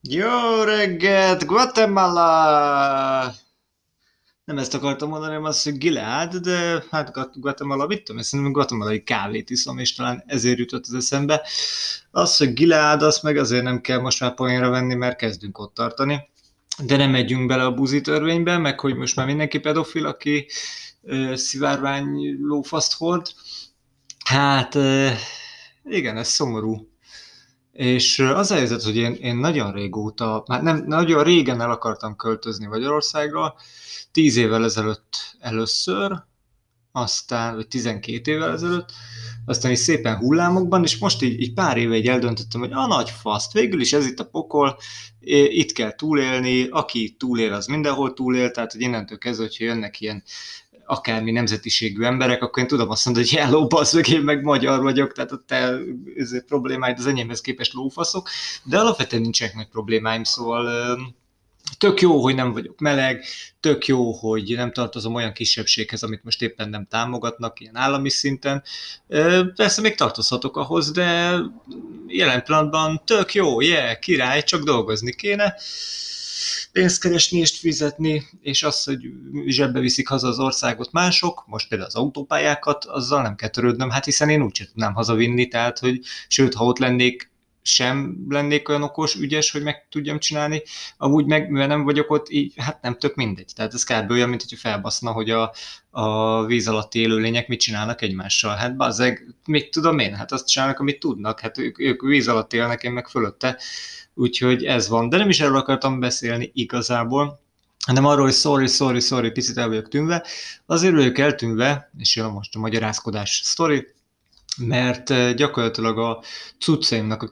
Jó reggelt, Guatemala! Nem ezt akartam mondani, hanem azt, hogy Gilead, de hát Guatemala, mit tudom, szerintem guatemalai kávét iszom, és talán ezért jutott az eszembe. Az, hogy Gilead, azt meg azért nem kell most már poénra venni, mert kezdünk ott tartani. De nem megyünk bele a buzi törvénybe, meg hogy most már mindenki pedofil, aki szivárvány lófaszt hord. Hát igen, ez szomorú. És az a helyzet, hogy én nagyon régóta, már nem, nagyon régen el akartam költözni Magyarországra, 10 évvel ezelőtt először, aztán, vagy 12 évvel ezelőtt, aztán is szépen hullámokban, és most így pár éve így eldöntöttem, hogy a nagy faszt, végül is ez itt a pokol, itt kell túlélni, aki túlél, az mindenhol túlél, tehát hogy innentől kezdve, hogyha jönnek ilyen akármi nemzetiségű emberek, akkor én tudom azt mondani, hogy hello, bassz meg, én meg magyar vagyok, tehát a te problémáid az enyémhez képest lófaszok, de alapvetően nincsenek nagy problémáim, szóval tök jó, hogy nem vagyok meleg, tök jó, hogy nem tartozom olyan kisebbséghez, amit most éppen nem támogatnak, ilyen állami szinten. Persze még tartozhatok ahhoz, de jelen pillanatban tök jó, király, csak dolgozni kéne, pénzt keresni és fizetni, és az, hogy zsebbe viszik haza az országot mások, most például az autópályákat, azzal nem kell törődnöm, hát hiszen én úgyse tudnám hazavinni, tehát, hogy sőt, ha ott lennék, sem lennék olyan okos, ügyes, hogy meg tudjam csinálni. Amúgy meg, mivel nem vagyok ott, így, hát nem tök mindegy. Tehát ez kb. Olyan, mint hogy felbaszna, hogy a víz alatti élőlények mit csinálnak egymással. Hát bazzeg, mit tudom én? Hát azt csinálnak, amit tudnak. Hát ők víz alatt élnek, én meg fölötte. Úgyhogy ez van. De nem is erről akartam beszélni igazából, hanem arról, hogy sorry, picit el vagyok tűnve. Azért vagyok eltűnve, és jön most a magyarázkodás sztori, mert gyakorlatilag a cuccaimnak a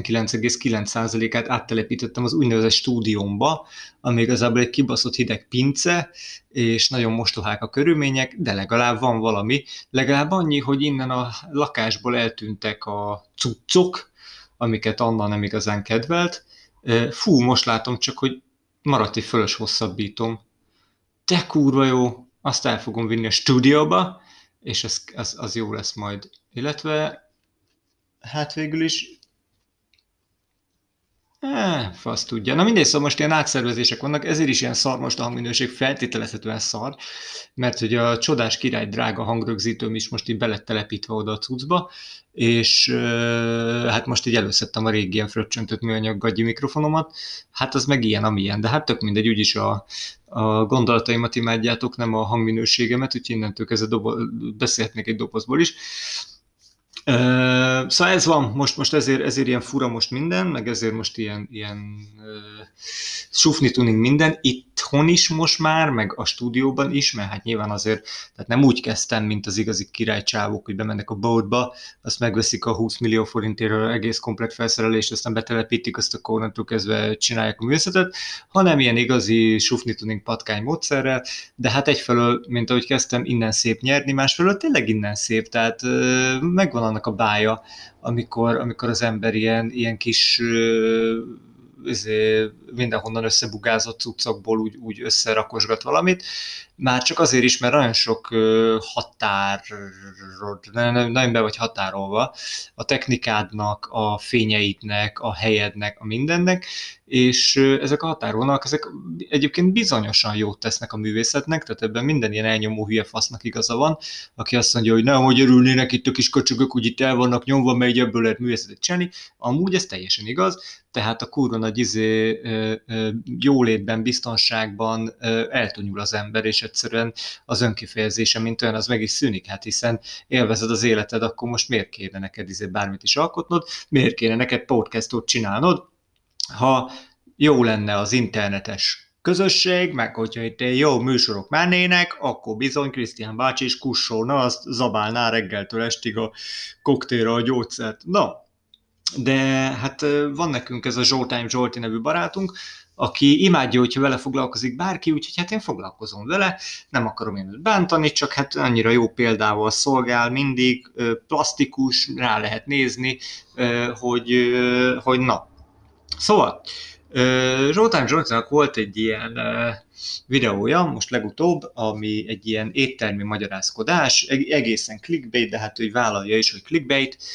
99,9%-át áttelepítettem az úgynevezett stúdiómba, ami igazából egy kibaszott hideg pince, és nagyon mostohák a körülmények, de legalább van valami. Legalább annyi, hogy innen a lakásból eltűntek a cuccok, amiket Anna nem igazán kedvelt. Fú, most látom csak, hogy maradt egy fölös hosszabbítom. De kurva jó, azt el fogom vinni a stúdióba, és az jó lesz majd. Illetve, hát végül is, fasz tudja. Na mindegy, szóval most ilyen átszervezések vannak, ezért is ilyen szar most a hangminőség, feltételezhetően szar, mert hogy a csodás király drága hangrögzítőm is most így belett telepítve oda a cuccba, és hát most így előszedtem a régi ilyen fröccsöntött műanyag gagyi mikrofonomat, hát az meg ilyen, amilyen, de hát tök mindegy, úgyis a gondolataimat imádjátok, nem a hangminőségemet, úgyhogy innentől kezdve beszélhetnék egy dobozból is. Szóval ez van, most ezért ilyen fura most minden, meg ezért most ilyen sufni tuning minden, itthon is most már, meg a stúdióban is, mert hát nyilván azért, tehát nem úgy kezdtem, mint az igazi királycsávok, hogy bemennek a boatba, azt megveszik a 20 millió forintért egész komplet felszerelést, aztán betelepítik, azt a onnantól kezdve csinálják a művészetet, hanem ilyen igazi sufni tuning patkány módszerrel, de hát egyfelől, mint ahogy kezdtem, innen szép nyerni, másfelől tényleg innen szép, tehát megvan annak a bája, amikor az ember ilyen kis mindenhonnan összebugázott cuccokból úgy összerakosgat valamit, már csak azért is, mert nagyon sok nagyon be vagy határolva a technikádnak, a fényeidnek, a helyednek, a mindennek, és ezek a határolnak, ezek egyébként bizonyosan jót tesznek a művészetnek, tehát ebben minden ilyen elnyomó hülye fasznak igaza van, aki azt mondja, hogy nem, hogy örülnének itt a kis köcsögök, úgy itt el vannak nyomva, mert ebből lehet művészetet csinálni, amúgy ez teljesen igaz, tehát a kurva nagy jólétben, biztonságban eltűnül az ember, és egyszerűen az önkifejezése, mint olyan, az meg is szűnik, hát hiszen élvezed az életed, akkor most miért kéne neked bármit is alkotnod, miért kéne neked podcastot csinálnod, ha jó lenne az internetes közösség, meg hogyha itt jó műsorok mennének, akkor bizony Krisztián bácsi is kussolna, azt zabálná reggeltől estig a koktélra a gyógyszert. Na, de hát van nekünk ez a Zsoltán Zsolti nevű barátunk, aki imádja, hogyha vele foglalkozik bárki, úgyhogy hát én foglalkozom vele, nem akarom én őt bántani, csak hát annyira jó példával szolgál mindig, plastikus, rá lehet nézni, hogy na. Szóval, Zsoltán Zsoltinak volt egy ilyen videója, most legutóbb, ami egy ilyen éttermi magyarázkodás, egészen clickbait, de hát ő vállalja is, hogy clickbait,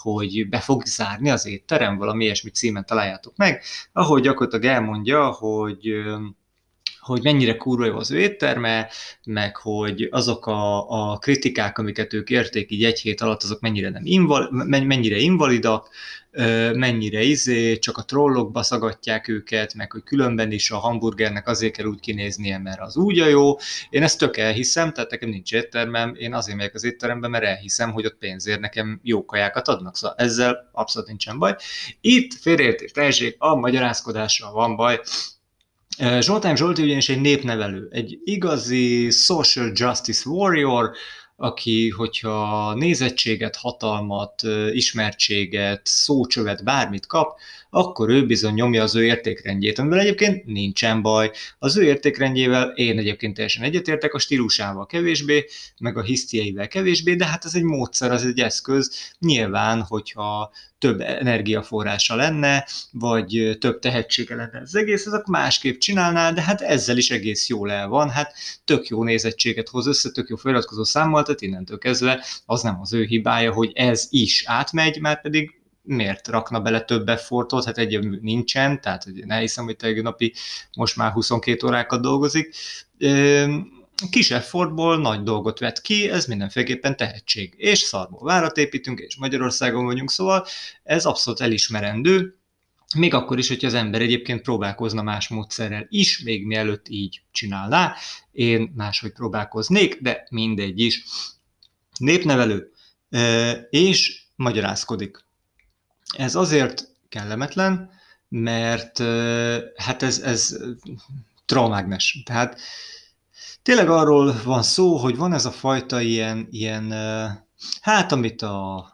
hogy be fog zárni az étterem, valami ilyesmi címen találjátok meg, ahol gyakorlatilag elmondja, hogy mennyire kurva jó az ő étterme, meg hogy azok a kritikák, amiket ők érték így egy hét alatt, azok mennyire invalidak, mennyire csak a trollok szagatják őket, meg hogy különben is a hamburgernek azért kell úgy kinéznie, mert az úgy a jó. Én ezt tök elhiszem, tehát nekem nincs éttermem, én azért megyek az étterembe, mert elhiszem, hogy ott pénzért nekem jó kajákat adnak, szóval ezzel abszolút nincsen baj. Itt félreértés, tehetség, a magyarázkodással van baj. Zsoltán Zsolti ugyanis egy népnevelő, egy igazi social justice warrior, aki, hogyha nézettséget, hatalmat, ismertséget, szócsövet, bármit kap, akkor ő bizony nyomja az ő értékrendjét, amivel egyébként nincsen baj. Az ő értékrendjével én egyébként teljesen egyetértek, a stílusával kevésbé, meg a hisztieivel kevésbé, de hát ez egy módszer, az egy eszköz. Nyilván, hogyha több energiaforrása lenne, vagy több tehetsége lenne az egész, azok másképp csinálná, de hát ezzel is egész jól el van, hát tök jó nézettséget hoz össze, tök jó feliratkozó számmal, tehát innentől kezdve az nem az ő hibája, hogy ez is átmegy, már pedig miért rakna bele több effortot, hát egy nincsen, tehát ne hiszem, hogy te napi most már 22 órákat dolgozik. Kis effortból nagy dolgot vett ki, ez mindenféleképpen tehetség. És szarból várat építünk, és Magyarországon vagyunk, szóval ez abszolút elismerendő, még akkor is, hogyha az ember egyébként próbálkozna más módszerrel is, még mielőtt így csinálná. Én máshogy próbálkoznék, de mindegy is. Népnevelő, és magyarázkodik. Ez azért kellemetlen, mert hát ez traumágnes. Tehát tényleg arról van szó, hogy van ez a fajta ilyen hát amit a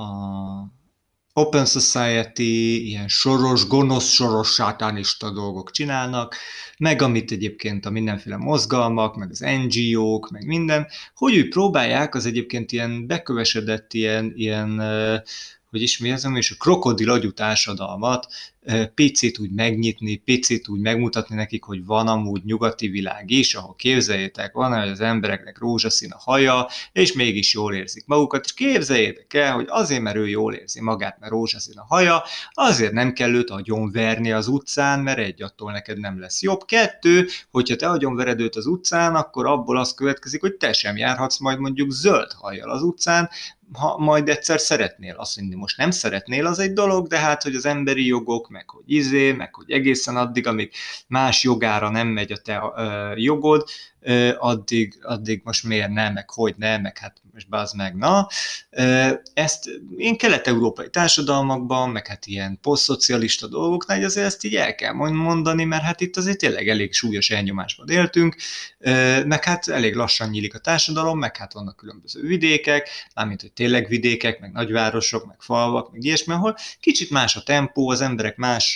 Open Society, ilyen soros, gonosz, soros, sátánista dolgok csinálnak, meg amit egyébként a mindenféle mozgalmak, meg az NGO-k, meg minden, hogy úgy próbálják az egyébként ilyen bekövesedett, ilyen hogy is mi az, és a krokodil agyú társadalmat picit úgy megnyitni, picit úgy megmutatni nekik, hogy van amúgy nyugati világ is, ahol képzeljétek, van, hogy az embereknek rózsaszín a haja, és mégis jól érzik magukat, és képzeljétek el, hogy azért, mert ő jól érzi magát, mert rózsaszín a haja, azért nem kell őt agyonverni az utcán, mert egy, attól neked nem lesz jobb. 2, hogyha te agyonvered őt az utcán, akkor abból az következik, hogy te sem járhatsz majd mondjuk zöld hajjal az utcán, ha majd egyszer szeretnél. Azt mondani, most nem szeretnél, az egy dolog, de hát, hogy az emberi jogok, meg hogy egészen addig, amíg más jogára nem megy a te jogod, addig most miért nem, meg hogy nem, meg hát most bázd meg, na. Ezt én kelet-európai társadalmakban, meg hát ilyen posztszocialista dolgoknál, azért ezt így el kell mondani, mert hát itt azért tényleg elég súlyos elnyomásban éltünk, meg hát elég lassan nyílik a társadalom, meg hát vannak különböző vidékek, mármint, hogy tényleg vidékek, meg nagyvárosok, meg falvak, meg ilyesmi, ahol kicsit más a tempó, az emberek más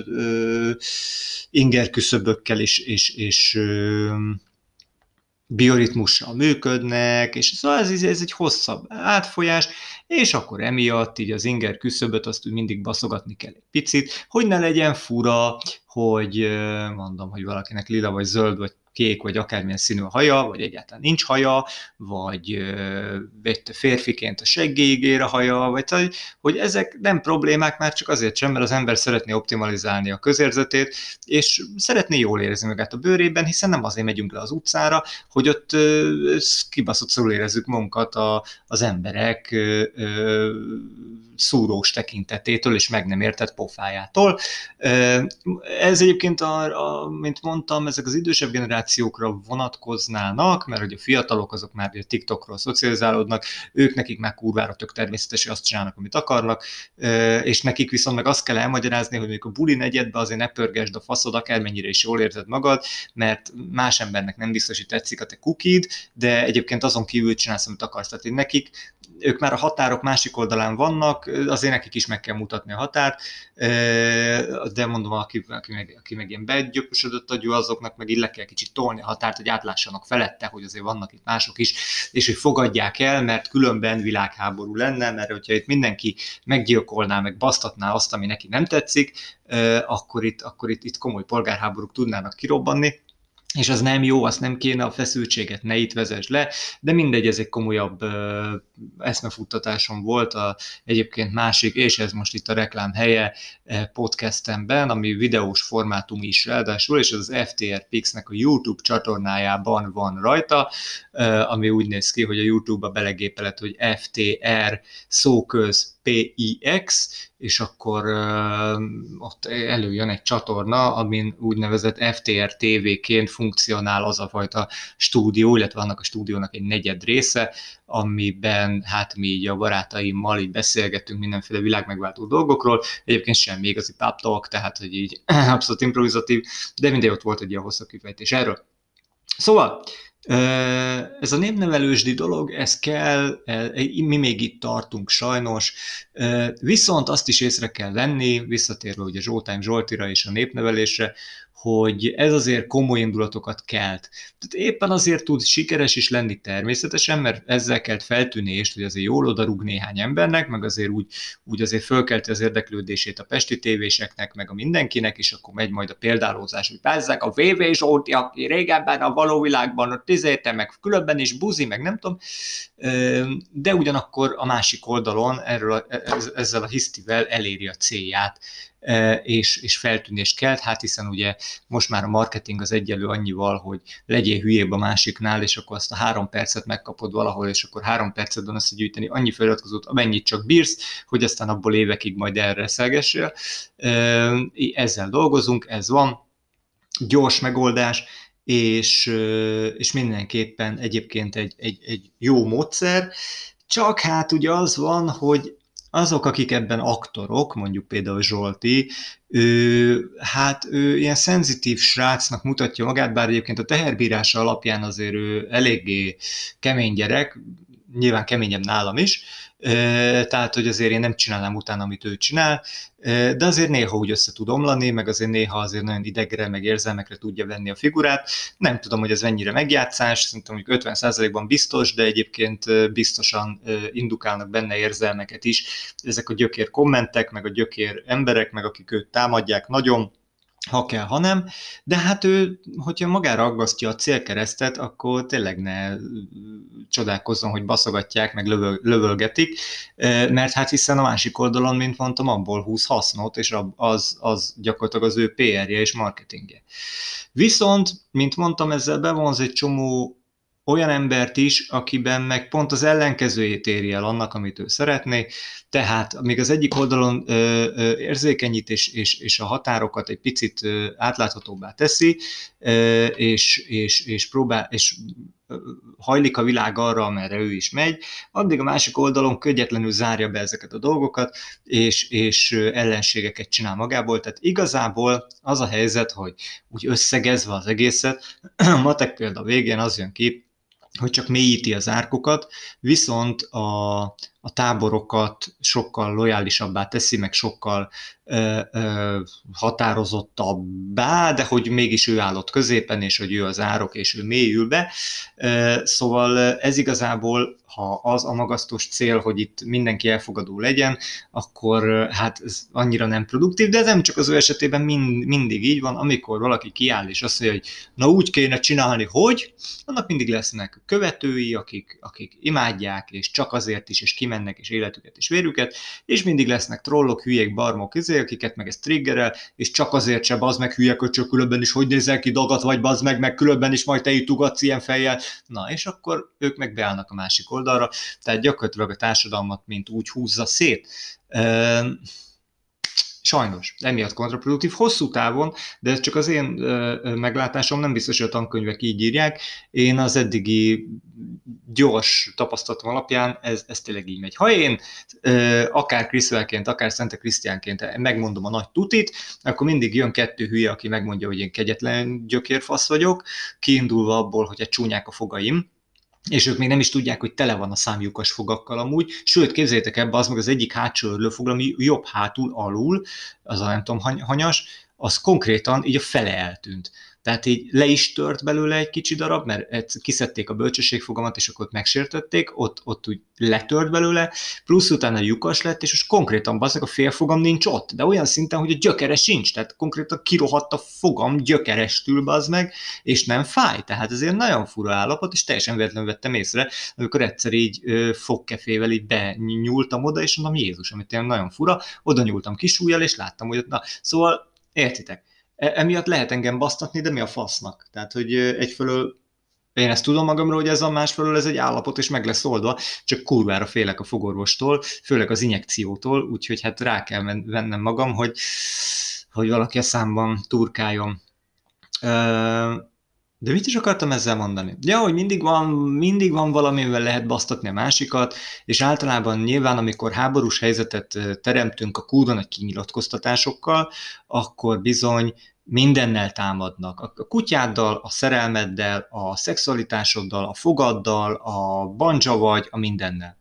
ingerküszöbökkel és bioritmussal működnek, és szóval ez egy hosszabb átfolyás, és akkor emiatt így az inger küszöböt azt úgy mindig baszogatni kell egy picit, hogy ne legyen fura, hogy mondom, hogy valakinek lila, vagy zöld, vagy kék, vagy akármilyen színű a haja, vagy egyáltalán nincs haja, vagy férfiként a seggéig ér a haja, vagy hogy ezek nem problémák már csak azért sem, mert az ember szeretné optimalizálni a közérzetét, és szeretné jól érezni magát a bőrében, hiszen nem azért megyünk le az utcára, hogy ott kibaszottul érezzük magunkat az emberek szúrós tekintetétől és meg nem értett pofájától. Ez egyébként, mint mondtam, ezek az idősebb generációkra vonatkoznának, mert hogy a fiatalok azok már a TikTokról szocializálódnak, ők nekik már kurvára tök természetes, hogy azt csinálnak, amit akarnak, és nekik viszont meg azt kell elmagyarázni, hogy mondjuk a buli negyedbe azért ne pörgesd a faszod, akármennyire is jól érzed magad, mert más embernek nem biztos, hogy tetszik a te kukid, de egyébként azon kívül csinálsz, amit akarsz. Tehát nekik, ők már a határok másik oldalán vannak, azért nekik is meg kell mutatni a határt, de mondom, aki meg ilyen begyöpösödött agyú, azoknak meg így le kell kicsit tolni a határt, hogy átlássanak felette, hogy azért vannak itt mások is, és hogy fogadják el, mert különben világháború lenne, mert hogyha itt mindenki meggyilkolná, meg basztatná azt, ami neki nem tetszik, akkor itt komoly polgárháborúk tudnának kirobbanni. és az nem jó, azt nem kéne, a feszültséget ne itt vezess le, de mindegy, ez egy komolyabb eszmefuttatásom volt egyébként másik, és ez most itt a reklám helye podcastemben, ami videós formátum is ráadásul, és ez az FTR Pix-nek a YouTube csatornájában van rajta, ami úgy néz ki, hogy a YouTube-ba belegépelett, hogy FTR szóköz PIX, és akkor ott előjön egy csatorna, amin úgynevezett FTR TV-ként funkcionál az a fajta stúdió, illetve annak a stúdiónak egy negyed része, amiben hát mi így a barátaimmal így beszélgettünk mindenféle világmegváltó dolgokról, egyébként semmi igazi pub talk, tehát hogy így abszolút improvizatív, de mindegy ott volt egy ilyen hosszabb kifejtés erről. Szóval, ez a névnevelősdi dolog, ez kell, mi még itt tartunk sajnos, viszont azt is észre kell venni, visszatérve ugye Zsoltám Zsoltira és a népnevelésre, hogy ez azért komoly indulatokat kelt. Tehát éppen azért tud sikeres is lenni természetesen, mert ezzel kelt feltűnést, hogy azért jól odarúg néhány embernek, meg azért úgy azért fölkelti az érdeklődését a pesti tévéseknek, meg a mindenkinek, és akkor megy majd a példálózás, hogy pázzák a VV Zsolti, aki régebben a való világban ott izélte, meg különben is buzi, meg nem tudom, de ugyanakkor a másik oldalon ezzel a hisztivel eléri a célját, és feltűnést kelt, hát hiszen ugye most már a marketing az egyenlő annyival, hogy legyél hülyébb a másiknál, és akkor azt a 3 percet megkapod valahol, és akkor 3 percetben összegyűjteni annyi feliratkozót, amennyit csak bírsz, hogy aztán abból évekig majd elreszelgessél. Ezzel dolgozunk, ez van, gyors megoldás, és mindenképpen egyébként egy jó módszer, csak hát ugye az van, hogy azok, akik ebben aktorok, mondjuk például Zsolti, ő ilyen szenzitív srácnak mutatja magát, bár egyébként a teherbírása alapján azért ő eléggé kemény gyerek, nyilván keményebb nálam is, tehát, hogy azért én nem csinálnám utána, amit ő csinál, de azért néha úgy össze tud omlani, meg azért néha azért nagyon idegre, meg érzelmekre tudja venni a figurát. Nem tudom, hogy ez mennyire megjátszás, szerintem mondjuk 50%-ban biztos, de egyébként biztosan indukálnak benne érzelmeket is. Ezek a gyökér kommentek, meg a gyökér emberek, meg akik őt támadják nagyon, ha kell, ha nem, de hát ő, hogyha magára aggasztja a célkeresztet, akkor tényleg ne csodálkozzon, hogy baszogatják, meg lövölgetik, mert hát hiszen a másik oldalon, mint mondtam, abból húz hasznot, és az gyakorlatilag az ő PR-je és marketingje. Viszont, mint mondtam, ezzel bevonz egy csomó olyan embert is, akiben meg pont az ellenkezőjét éri el annak, amit ő szeretné, tehát még az egyik oldalon érzékenyít és a határokat egy picit átláthatóbbá teszi, és próbál, és hajlik a világ arra, amerre ő is megy, addig a másik oldalon könnyetlenül zárja be ezeket a dolgokat, és ellenségeket csinál magából. Tehát igazából az a helyzet, hogy úgy összegezve az egészet, a matek példa végén az jön ki, hogy csak mélyíti az árkokat, viszont a táborokat sokkal lojálisabbá teszi, meg sokkal határozottabbá, de hogy mégis ő állott középen, és hogy ő az árok, és ő mélyül be. Szóval ez igazából, ha az a magasztos cél, hogy itt mindenki elfogadó legyen, akkor hát ez annyira nem produktív, de ez nem csak az ő esetében mindig így van, amikor valaki kiáll, és azt mondja, hogy na úgy kéne csinálni, hogy, annak mindig lesznek követői, akik imádják, és csak azért is, és kimennek, és életüket és vérüket, és mindig lesznek trollok, hülyék, barmok, akiket meg ez triggerel, és csak azért se bazd meg hülye köcsök, különben is hogy nézel ki, dagat vagy bazd meg különben is majd te itt ugatsz ilyen fejjel. Na, és akkor ők meg beállnak a másik oldalra, tehát gyakorlatilag a társadalmat mint úgy húzza szét. Sajnos, emiatt kontraproduktív hosszú távon, de ez csak az én meglátásom, nem biztos, hogy a tankönyvek így írják. Én az eddigi gyors tapasztalatom alapján ez tényleg így megy. Ha én akár Kriszvelként, akár Szente Krisztiánként megmondom a nagy tutit, akkor mindig jön 2 hülye, aki megmondja, hogy én kegyetlen gyökérfasz vagyok, kiindulva abból, hogy egy csúnyák a fogaim, és ők még nem is tudják, hogy tele van a számjukas fogakkal amúgy, sőt, képzeljétek ebbe, az meg az egyik hátsó örlőfog, ami jobb hátul, alul, az a nem tudom, hanyas, az konkrétan így a fele eltűnt. Tehát így le is tört belőle egy kicsi darab, mert kiszedték a bölcsességfogamat, és akkor ott megsértették, ott úgy letört belőle, plusz utána lyukas lett, és most konkrétan bazdmeg a félfogam nincs ott, de olyan szinten, hogy a gyökere sincs, tehát konkrétan kirohadt a fogam gyökerestül bazdmeg, és nem fáj, tehát ez ilyen nagyon fura állapot, és teljesen véletlenül vettem észre, amikor egyszer így fogkefével így benyúltam oda, és mondom, Jézus, amit ilyen nagyon fura, oda nyúltam kis ujjal, és láttam, hogy ott, na, szóval értitek, emiatt lehet engem basztatni, de mi a fasznak? Tehát, hogy egyfelől én ezt tudom magamról, hogy ez a másfelől ez egy állapot, és meg lesz oldva, csak kurvára félek a fogorvostól, főleg az injekciótól, úgyhogy hát rá kell vennem magam, hogy valaki a számban turkáljon. De mit is akartam ezzel mondani? Ja, hogy mindig van valamivel lehet basztatni a másikat, és általában nyilván, amikor háborús helyzetet teremtünk a kurva nagy kinyilatkoztatásokkal, akkor bizony mindennel támadnak. A kutyáddal, a szerelmeddel, a szexualitásoddal, a fogaddal, a banja vagy, a mindennel.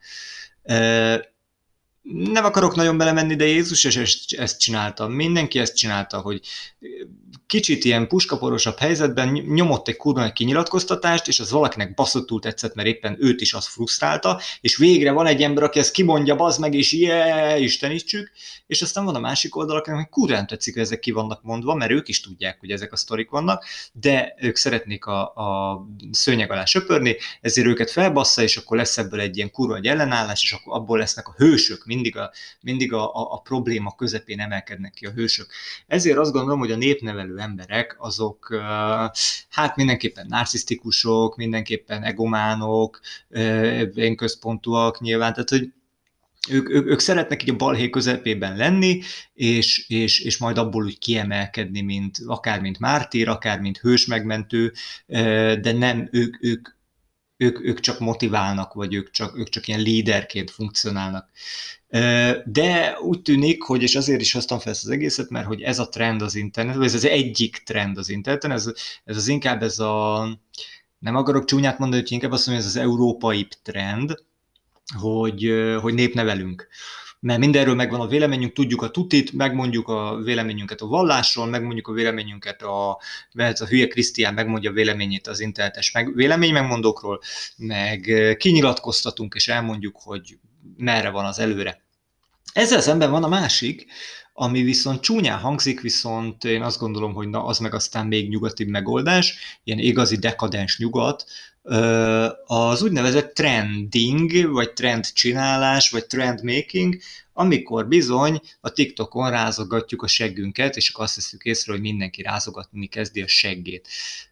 Nem akarok nagyon belemenni, de Jézus ezt csinálta. Mindenki ezt csinálta, hogy kicsit ilyen puskaporosabb helyzetben nyomott egy kurva egy kinyilatkoztatást, és az valakinek baszottul tetszett, mert éppen őt is az frusztrálta, és végre van egy ember, aki ezt kimondja, bazd meg, és istenítsük, és aztán van a másik oldal, akinek meg kurva nem tetszik, hogy ezek ki vannak mondva, mert ők is tudják, hogy ezek a sztorik vannak, de ők szeretnék a szőnyeg alá söpörni, ezért őket felbassza, és akkor lesz ebből egy ilyen kurva egy ellenállás, és akkor abból lesznek a hősök, mindig a probléma közepén emelkednek ki a hősök. Ezért azt gondolom, hogy a népnevelő emberek azok hát mindenképpen narcisztikusok, mindenképpen egománok, én központúak nyilván, tehát hogy ők szeretnek így a balhé közepében lenni, és majd abból úgy kiemelkedni, akár mint mártír, akár mint hős megmentő, de nem ők csak motiválnak, vagy ők csak ilyen líderként funkcionálnak. De úgy tűnik, hogy, és azért is hoztam fel ezt az egészet, mert hogy ez a trend az interneten, vagy ez az egyik trend az interneten, ez az inkább ez a, nem akarok csúnyát mondani, hogy inkább azt mondom, hogy ez az európai trend, hogy népnevelünk. Mert mindenről megvan a véleményünk, tudjuk a tutit, megmondjuk a véleményünket a vallásról, megmondjuk a véleményünket mert a hülye Krisztián megmondja a véleményét az internetes vélemény megmondókról, meg kinyilatkoztatunk és elmondjuk, hogy merre van az előre. Ezzel szemben van a másik, ami viszont csúnyán hangzik, viszont én azt gondolom, hogy na, az meg aztán még nyugatibb megoldás, ilyen igazi dekadens nyugat, az úgynevezett trending, vagy trendcsinálás, vagy trendmaking, amikor bizony a TikTokon rázogatjuk a seggünket, és akkor azt veszük észre, hogy mindenki rázogatni kezdi a seggét.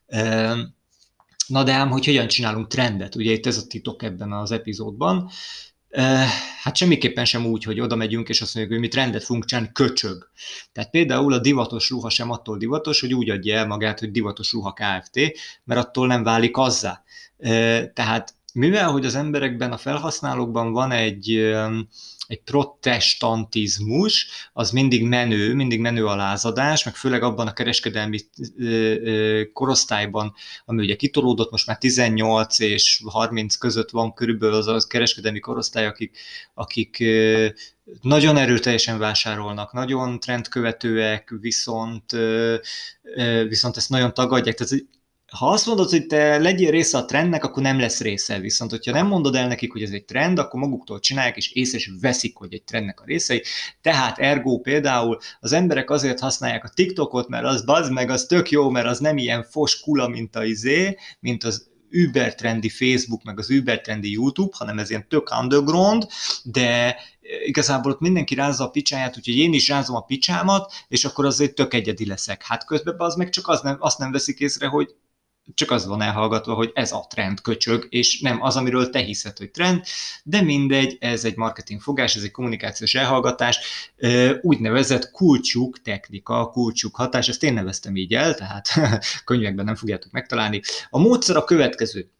Na de ám, hogy hogyan csinálunk trendet? Ugye itt ez a titok ebben az epizódban. Hát semmiképpen sem úgy, hogy oda megyünk, és azt mondjuk, hogy mi trendet fogunk csinálni, köcsög. Tehát például a divatos ruha sem attól divatos, hogy úgy adja el magát, hogy divatos ruha Kft., mert attól nem válik azzá. Tehát mivel, hogy az emberekben, a felhasználókban van egy protestantizmus, az mindig menő a lázadás, meg főleg abban a kereskedelmi korosztályban, ami ugye kitolódott, most már 18 és 30 között van körülbelül az a kereskedelmi korosztály, akik nagyon erőteljesen vásárolnak, nagyon trendkövetőek, viszont ezt nagyon tagadják. Tehát ha azt mondod, hogy te legyél része a trendnek, akkor nem lesz része. Viszont, hogyha nem mondod el nekik, hogy ez egy trend, akkor maguktól csinálják, és észre is veszik, hogy egy trendnek a részei. Tehát ergo például az emberek azért használják a TikTokot, mert az bazd meg, az tök jó, mert az nem ilyen fos kula, mint az übertrendi Facebook, meg az übertrendi YouTube, hanem ez ilyen tök underground, de igazából ott mindenki rázza a picsáját, úgyhogy én is rázom a picsámat, és akkor azért tök egyedi leszek. Hát közben az meg csak azt nem veszik észre, hogy csak az van elhallgatva, hogy ez a trend köcsög, és nem az, amiről te hiszed, hogy trend, de mindegy, ez egy marketing fogás, ez egy kommunikációs elhallgatás, úgynevezett kulcsuk technika, kulcsuk hatás, ezt én neveztem így el, tehát könyvekben nem fogjátok megtalálni. A módszer a következő.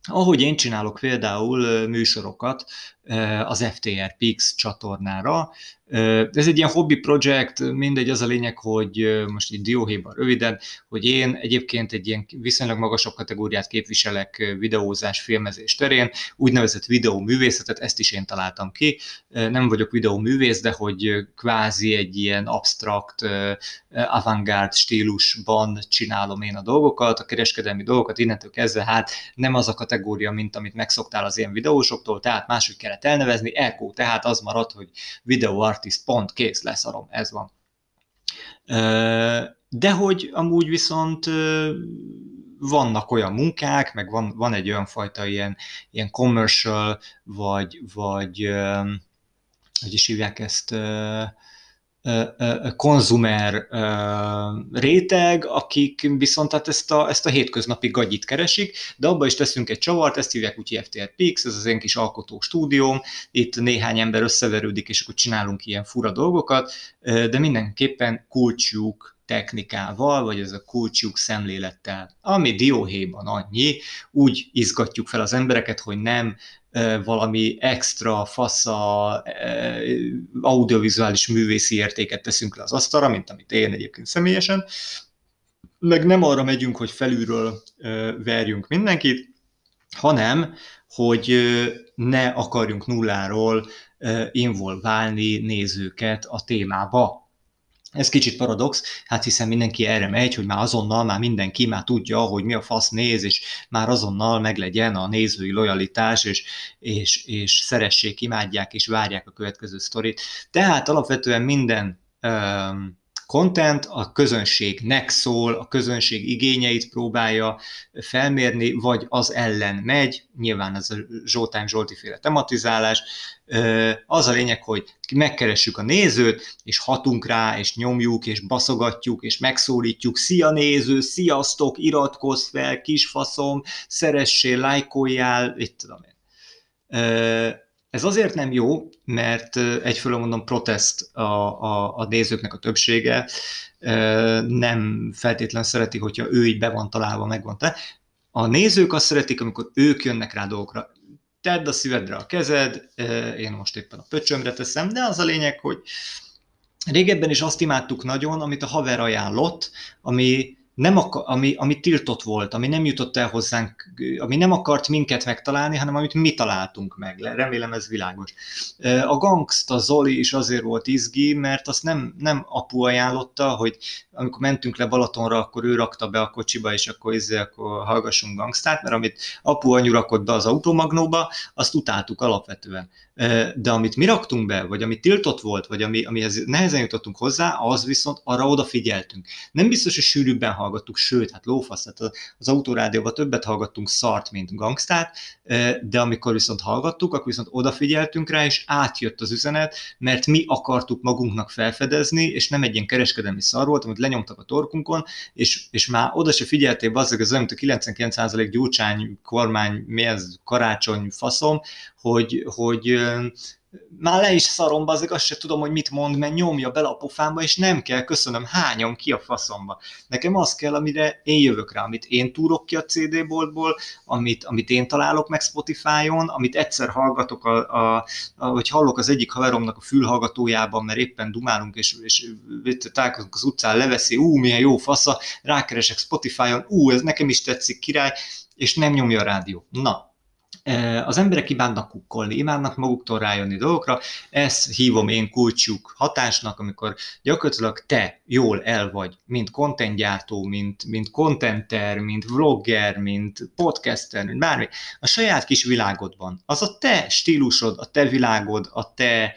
Ahogy én csinálok például műsorokat az FTR Pix csatornára. Ez egy ilyen hobby projekt, mindegy, az a lényeg, hogy most így dióhéjban röviden, hogy én egyébként egy ilyen viszonylag magasabb kategóriát képviselek videózás, filmezés terén, úgynevezett videóművészetet, ezt is én találtam ki. Nem vagyok videóművész, de hogy kvázi egy ilyen absztrakt, avantgárd stílusban csinálom én a dolgokat, a kereskedelmi dolgokat, innentől kezdve hát nem az a kategória, mint amit megszoktál az ilyen videósoktól, tehát máshogy kellett elnevezni, ergo, tehát az maradt, hogy video artist, pont, kész, leszarom, ez van. De hogy amúgy viszont vannak olyan munkák, meg van egy olyan fajta ilyen commercial, vagy hogy is hívják ezt, konzumer réteg, akik viszont hát ezt a hétköznapi gagyit keresik, de abba is teszünk egy csavart, ezt hívják úgy FTR Pix, ez az én kis alkotó stúdióm, itt néhány ember összeverődik, és akkor csinálunk ilyen fura dolgokat, de mindenképpen kulcsjuk technikával, vagy ez a kulcsjuk szemlélettel, ami dióhéjban annyi, úgy izgatjuk fel az embereket, hogy nem valami extra fasza audiovizuális művészi értéket teszünk le az asztalra, mint amit én egyébként személyesen, meg nem arra megyünk, hogy felülről verjünk mindenkit, hanem, hogy ne akarjunk nulláról involválni nézőket a témába. Ez kicsit paradox, hát hiszen mindenki erre megy, hogy már azonnal, már mindenki már tudja, hogy mi a fasz néz, és már azonnal meglegyen a nézői lojalitás, és szeressék, imádják, és várják a következő sztorit. Tehát alapvetően minden content a közönségnek szól, a közönség igényeit próbálja felmérni, vagy az ellen megy, nyilván ez a Zsoltán Zsolti féle tematizálás. Az a lényeg, hogy megkeressük a nézőt, és hatunk rá, és nyomjuk, és baszogatjuk, és megszólítjuk, szia néző, sziasztok, iratkozz fel, kisfaszom, szeressél, lájkoljál, itt tudom én. Ez azért nem jó, mert egyfelől mondom protest a nézőknek a többsége, nem feltétlenül szereti, hogyha ő így be van találva, megvan te. A nézők azt szeretik, amikor ők jönnek rá dolgokra. Tedd a szívedre a kezed, én most éppen a pöcsömre teszem, de az a lényeg, hogy régebben is azt imádtuk nagyon, amit a haver ajánlott, ami tiltott volt, ami nem jutott el hozzánk, ami nem akart minket megtalálni, hanem amit mi találtunk meg. Remélem ez világos. A Gangsta Zoli is azért volt izgi, mert azt nem apu ajánlotta, hogy amikor mentünk le Balatonra, akkor ő rakta be a kocsiba, és akkor hallgassunk gangstát, mert amit apu anyu rakott be az automagnóba, azt utáltuk alapvetően. De amit mi raktunk be, vagy ami tiltott volt, vagy amihez nehezen jutottunk hozzá, az viszont arra odafigyeltünk. Nem biztos, hogy sűrűbben hallgattuk, sőt, hát lófasz, tehát az autorádióban többet hallgattunk szart, mint gangstát, de amikor viszont hallgattuk, akkor viszont odafigyeltünk rá, és átjött az üzenet, mert mi akartuk magunknak felfedezni, és nem egy ilyen kereskedelmi szar volt, amit lenyomtak a torkunkon, és már oda se figyeltél, bazzeg, az olyan, mint a 99% Gyurcsány kormány, mi ez, karácsony faszom, hogy már le is szarom, bazzeg, azt se tudom, hogy mit mond, mert nyomja bele a pofámba, és nem kell, köszönöm, hányom ki a faszomba. Nekem az kell, amire én jövök rá, amit én túrok ki a CD-boltból, amit én találok meg Spotify-on, amit egyszer hallgatok, vagy hallok az egyik haveromnak a fülhallgatójában, mert éppen dumálunk, és találkozunk az utcán, leveszi, milyen jó fasza, rákeresek Spotify-on, ez nekem is tetszik, király, és nem nyomja a rádió. Na, az emberek imádnak kukkolni, imádnak maguktól rájönni dolgokra, ezt hívom én kulcsuk hatásnak, amikor gyakorlatilag te jól el vagy, mint contentgyártó, mint contenter, mint vlogger, mint podcaster, mint bármi, a saját kis világodban. Az a te stílusod, a te világod, a te,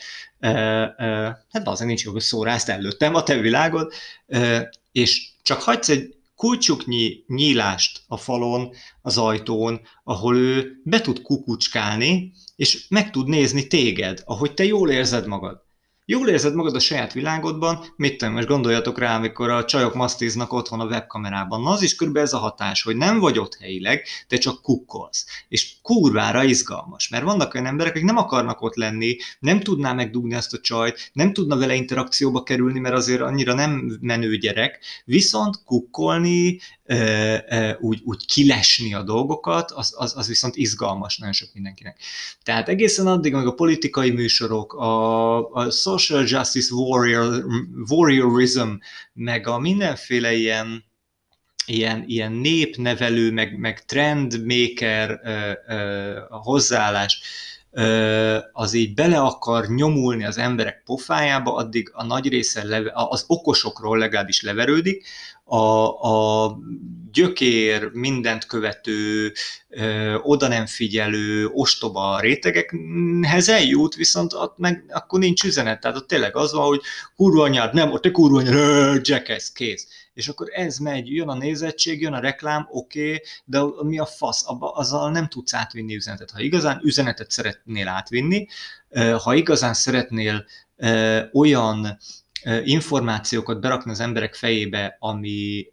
hát azért nincs jobb szóra, ezt előttem, a te világod, és csak hagysz egy kulcsuknyi nyílást a falon, az ajtón, ahol ő be tud kukucskálni, és meg tud nézni téged, ahogy te jól érzed magad. Jól érzed magad a saját világodban, mit tudom, most gondoljatok rá, amikor a csajok masztiznak otthon a webkamerában. Na, az is körülbelül ez a hatás, hogy nem vagy ott helyileg, te csak kukkolsz. És kurvára izgalmas, mert vannak olyan emberek, akik nem akarnak ott lenni, nem tudná megdugni azt a csajt, nem tudna vele interakcióba kerülni, mert azért annyira nem menő gyerek, viszont kukkolni úgy kilesni a dolgokat, az viszont izgalmas nagyon sok mindenkinek. Tehát egészen addig, amíg a politikai műsorok, a social justice warriorism, meg a mindenféle ilyen népnevelő, meg trendmaker hozzáállás, az így bele akar nyomulni az emberek pofájába, addig a nagy része az okosokról legalábbis leverődik, a gyökér, mindent követő, oda nem figyelő, ostoba rétegekhez eljut, viszont ott meg akkor nincs üzenet. Tehát ott tényleg az van, hogy kurva anyád, nem, ott te kurva anyád, jackass, kész. És akkor ez megy, jön a nézettség, jön a reklám, oké, de mi a fasz, azzal nem tudsz átvinni üzenetet. Ha igazán üzenetet szeretnél átvinni, ha igazán szeretnél olyan információkat berakni az emberek fejébe, ami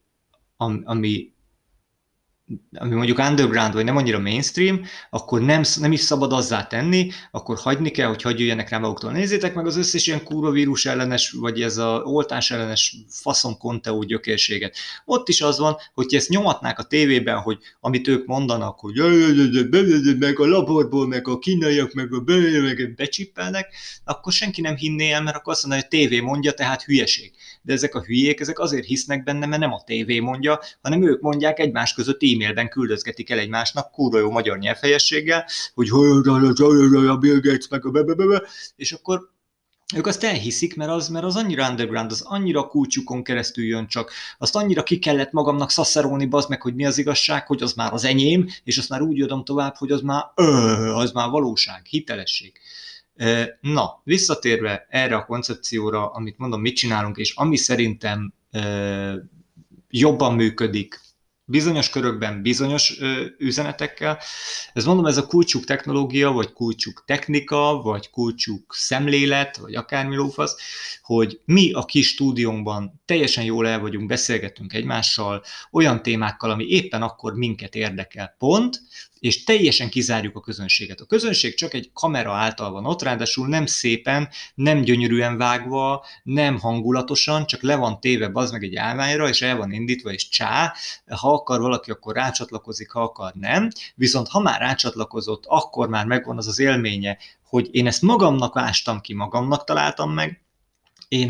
mondjuk underground, vagy nem annyira mainstream, akkor nem is szabad azzá tenni, akkor hagyni kell, hogy hadd jöjjenek rá maguktól. Nézzétek meg az összes ilyen kurva vírus ellenes, vagy ez a oltás ellenes faszom konteó gyökérséget. Ott is az van, hogy ezt nyomatnák a tévében, hogy amit ők mondanak, hogy meg a laborból, meg a kínaiak, meg becsippelnek, akkor senki nem hinné el, mert akkor azt mondja, hogy a tévé mondja, tehát hülyeség. De ezek a hülyék, ezek azért hisznek benne, mert nem a tévé mondja, hanem ők mondják egymás között e-mailben küldözgetik el egymásnak kurva jó magyar nyelvhelyességgel, hogy a Bill Gates meg a és akkor ők azt elhiszik, mert az annyira underground, az annyira kulcsukon keresztül jön csak, azt annyira ki kellett magamnak szaszerolni, bazd meg, hogy mi az igazság, hogy az már az enyém, és azt már úgy adom tovább, hogy az már valóság, hitelesség. Na, visszatérve erre a koncepcióra, amit mondom, mit csinálunk, és ami szerintem jobban működik, bizonyos körökben, bizonyos üzenetekkel. Ez mondom, ez a kulcsuk technológia, vagy kulcsuk technika, vagy kulcsuk szemlélet, vagy akármi lófasz, hogy mi a kis stúdiónkban teljesen jól el vagyunk, beszélgetünk egymással, olyan témákkal, ami éppen akkor minket érdekel, pont, és teljesen kizárjuk a közönséget. A közönség csak egy kamera által van ott, ráadásul nem szépen, nem gyönyörűen vágva, nem hangulatosan, csak le van téve bazd meg egy állványra, és el van indítva, és csá, ha akar valaki, akkor rácsatlakozik, ha akar, nem. Viszont ha már rácsatlakozott, akkor már megvan az az élménye, hogy én ezt magamnak ástam ki, magamnak találtam meg, én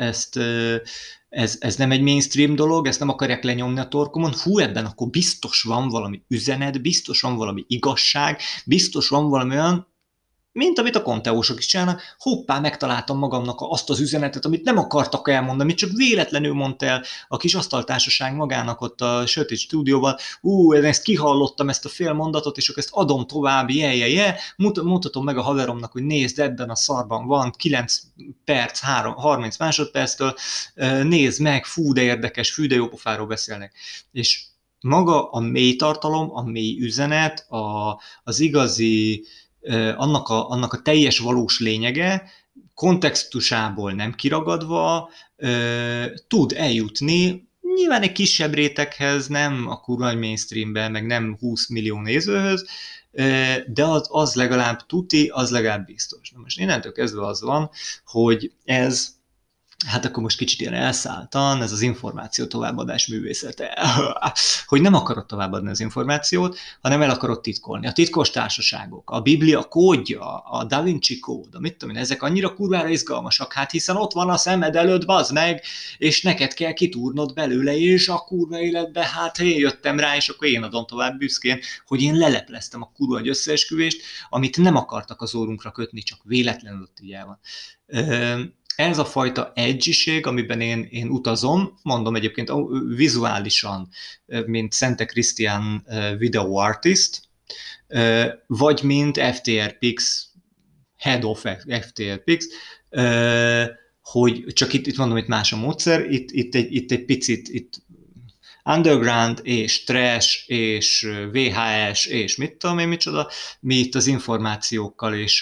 ez nem egy mainstream dolog, ezt nem akarják lenyomni a torkomon, ebben akkor biztos van valami üzenet, biztos van valami igazság, biztos van valami olyan, mint amit a konteósok is csinálnak, hoppá, megtaláltam magamnak azt az üzenetet, amit nem akartak elmondani, csak véletlenül mondta el a kis asztaltársaság magának ott a sötét stúdióban, ezt kihallottam, ezt a fél mondatot, és akkor ezt adom tovább, mutatom meg a haveromnak, hogy nézd, ebben a szarban van 9 perc, 30 másodperctől, nézd meg, de érdekes, de jó pofáról beszélnek. És maga a mély tartalom, a mély üzenet, az igazi, annak a teljes valós lényege, kontextusából nem kiragadva, tud eljutni, nyilván egy kisebb réteghez, nem a kurva mainstreamben, meg nem 20 millió nézőhöz, de az legalább tuti, az legalább biztos. Na most innentől kezdve az van, hogy ez, hát akkor most kicsit ilyen elszálltan, ez az információ továbbadás művészete, hogy nem akarod továbbadni az információt, hanem el akarod titkolni. A titkos társaságok, a Biblia kódja, a Da Vinci kód, mit tudom én, ezek annyira kurvára izgalmasak, hát hiszen ott van a szemed előtt, bazd meg, és neked kell kitúrnod belőle, és a kurva életbe, hát én jöttem rá, és akkor én adom tovább büszkén, hogy én lelepleztem a kurva egy összeesküvést, amit nem akartak az órunkra kötni, csak véletlenül ott így el van. Ez a fajta edgy-ség, amiben én utazom, mondom egyébként vizuálisan, mint Szente Krisztián video artist, vagy mint FTR-Pix, head of FTR-Pix, hogy csak itt mondom, itt más a módszer, itt egy picit underground, és trash, és VHS, és mit tudom én micsoda, mi itt az információkkal és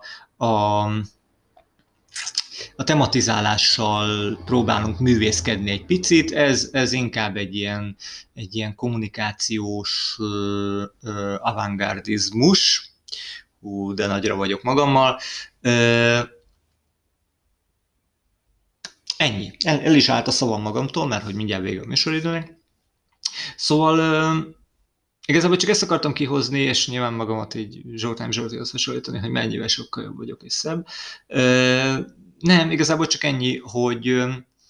a tematizálással próbálunk művészkedni egy picit, ez inkább egy ilyen kommunikációs avantgardizmus, de nagyra vagyok magammal. Ennyi. El is állt a szavam magamtól, mert hogy mindjárt vége a műsoridőnek. Szóval igazából csak ezt akartam kihozni, és nyilván magamat így Zsoltán Zsoltihoz hasonlítani, hogy mennyivel sokkal jobb vagyok és szebb. Nem, igazából csak ennyi, hogy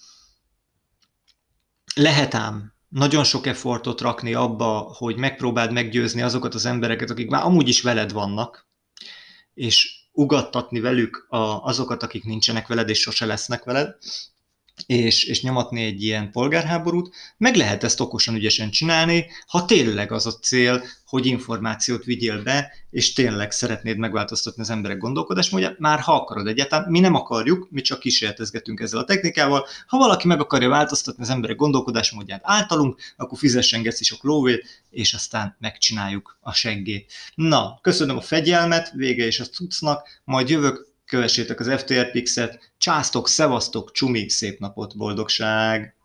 lehet ám nagyon sok effortot rakni abba, hogy megpróbáld meggyőzni azokat az embereket, akik már amúgy is veled vannak, és ugattatni velük azokat, akik nincsenek veled, és sose lesznek veled, és nyomatni egy ilyen polgárháborút, meg lehet ezt okosan, ügyesen csinálni, ha tényleg az a cél, hogy információt vigyél be, és tényleg szeretnéd megváltoztatni az emberek gondolkodásmódját, már ha akarod egyáltalán, mi nem akarjuk, mi csak kísérletezgetünk ezzel a technikával, ha valaki meg akarja változtatni az emberek gondolkodásmódját általunk, akkor fizessen geci sok lóvét, és aztán megcsináljuk a seggét. Na, köszönöm a fegyelmet, vége is a cuccnak, majd jövök, kövessétek az FTR Pixet, császtok, szevasztok, csumi, szép napot, boldogság!